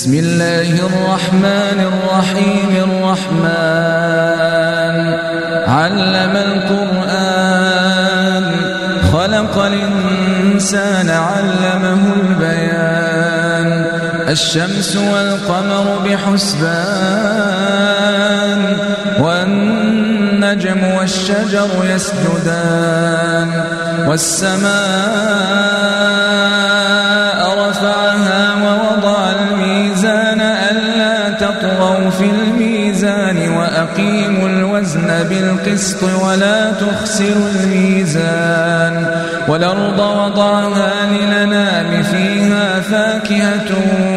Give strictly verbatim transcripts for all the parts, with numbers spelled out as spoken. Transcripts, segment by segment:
بسم الله الرحمن الرحيم الرحمن علم القرآن خلق الإنسان علمه البيان الشمس والقمر بحسبان والنجم والشجر يسجدان والسماء رفعها ووضع الميزان ألا تطغوا في الميزان وأقيموا الوزن بالقسط ولا تخسروا الميزان والأرض وضعها للأنام فيها فاكهة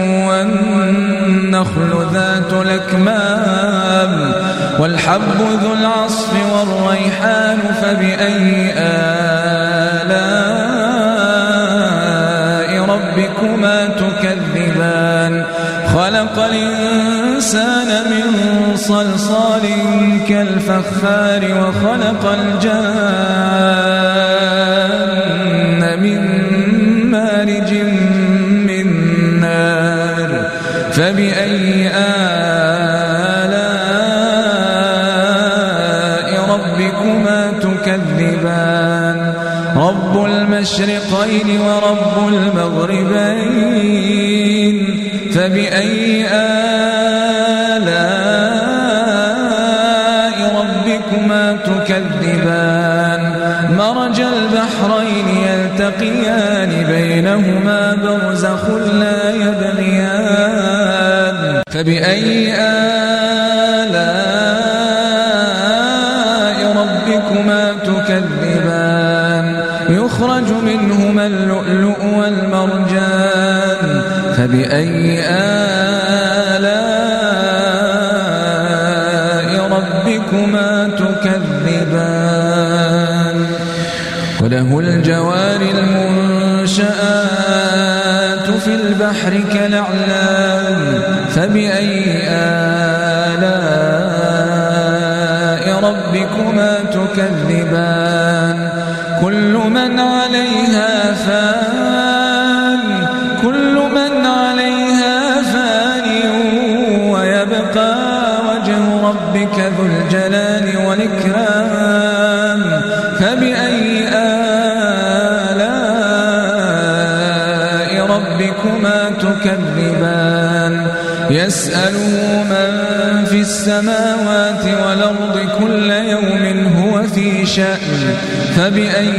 والنخل ذات الأكمام والحب ذو العصف والريحان فبأي آلاء ربكما تكذبان خلق الإنسان من صلصال كالفخار وخلق الجان من مارج من نار فبأي آلاء ربكما تكذبان رب المشرقين ورب المغربين فبأي آلاء ربكما تكذبان مرج البحرين يلتقيان بينهما برزخ لا يبغيان فبأي آلاء ربكما تكذبان يخرج منهما اللؤلؤ والمرجان فبأي آلاء ربكما تكذبان وله الجوار المنشآت في البحر كالأعلام فبأي آلاء ربكما تكذبان كل من عليها فان كل من عليها فان ويبقى وجه ربك ذو الجلال والإكرام فبأي آلاء ربكما تكذبان يسأله من في السماوات والأرض كل يوم هو في شأن فبأي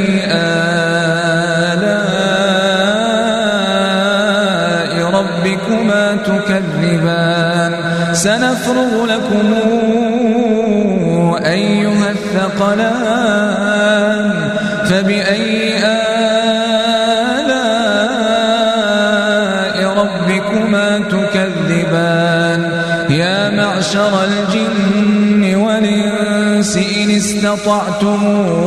آلاء ربكما تكذبان سنفرغ لكم أيها الثقلان فبأي آلاء ربكما تكذبان يا معشر الجن والإنس إن استطعتم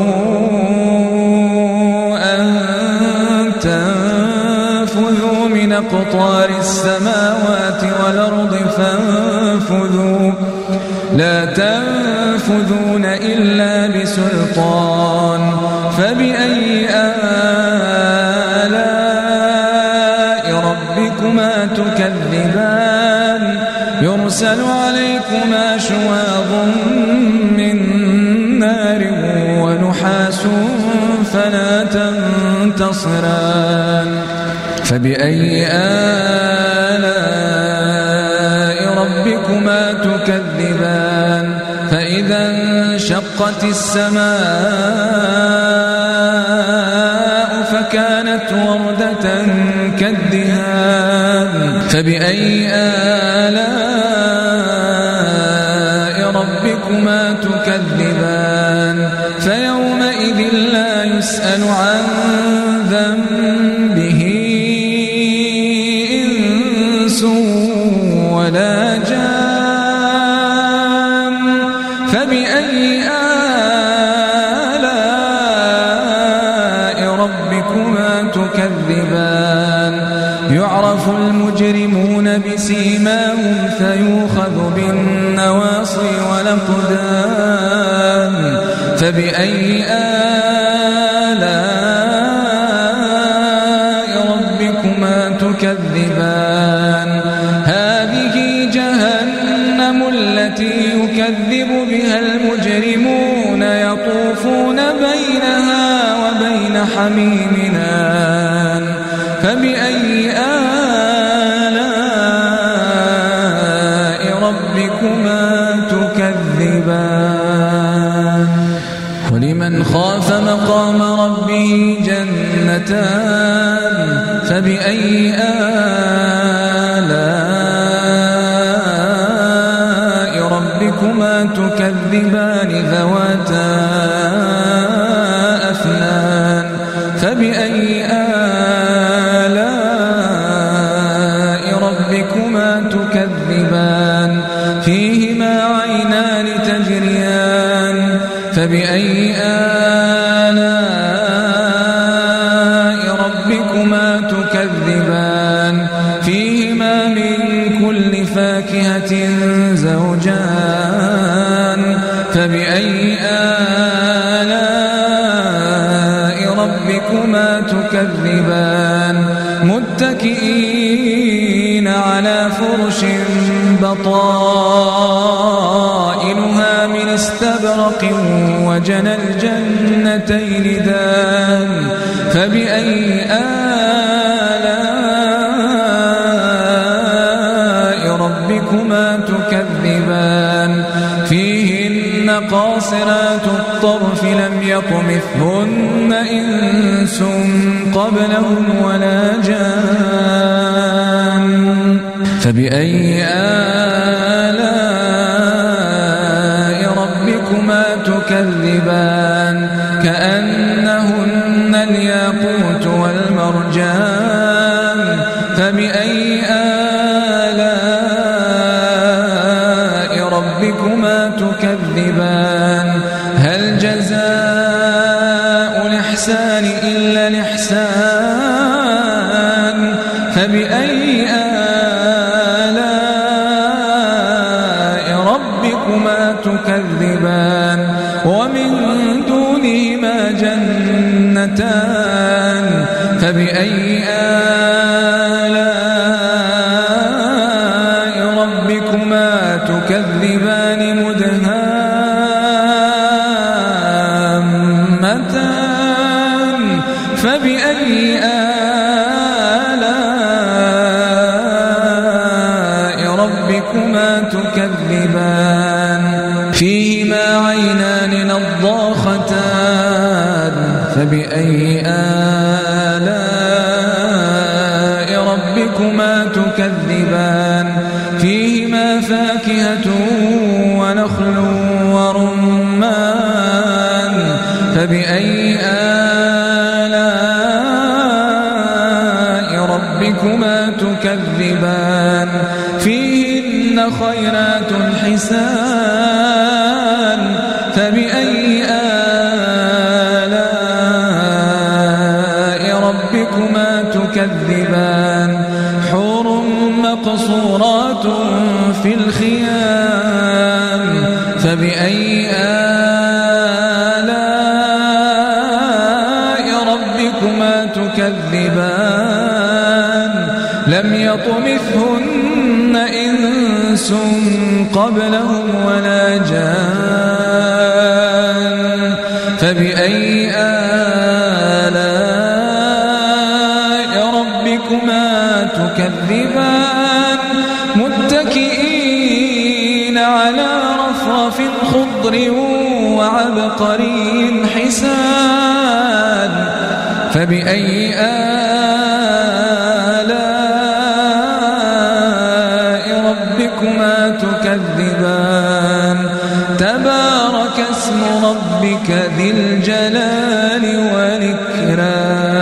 أن تنفذوا من أقطار السماوات والأرض فانفذوا لا تنفذون إلا بسلطان فبأي آلاء ربكما تكذبان يرسل عليكما شواظ من نار ونحاس فلا تنتصران فبأي آلاء ربكما تكذبان فإذا انشقت السماء فكانت وردة كالدهان فبأي آلاء ربكما تكذبان فيومئذ لا يسأل عن ذنبه إنس ولا جان فبأي آلاء ربكما تكذبان يعرف المجرمون بسيماهم فيؤخذ بالنواصي والأقدام فبأي آلاء ربكما تكذبان ربكما تكذبان ولمن خاف مقام ربه جنتان فبأي آلاء ربكما تكذبان ذواتا أفنان فبأي آلاء ربكما تكذبان فيهما عينان تجريان فبأي آلاء ربكما تكذبان فيهما من كل فاكهة زوجان فبأي آلاء ربكما تكذبان متكئين على فرش بطائنها من استبرق وجنى الجنتين دان فبأي آلاء ربكما تكذبان فيهن قاصرات الطرف لم يطمثهن إنس قبلهم ولا جان فبأي آلاء ربكما تكذبان كأنهن الياقوت والمرجان فبأي آلاء ربكما تكذبان هل جزاء الإحسان إلا الإحسان فبأي آلاء ربكما تكذبان ومن دونهما جنتان فبأي آلاء ربكما تكذبان مدهامتان فبأي آلاء ربكما تكذبان فيهما عينان نضاختان فبأي آلاء ربكما تكذبان فيهما فاكهة ونخل ورمان فبأي آلاء ربكما تكذبان فيهن خيرات حسان فبأي آلاء ربكما تكذبان حور مقصورات في الخيام فبأي آلاء ربكما تكذبان لم يطمثهن إنس قبلهم ولا جان فبأي آلاء ربكما تكذبان متكئين على رفرف خضر وعبقري حسان فبأي آلاء ربكما تكذبان تبارك اسم ربك ذي الجلال والإكرام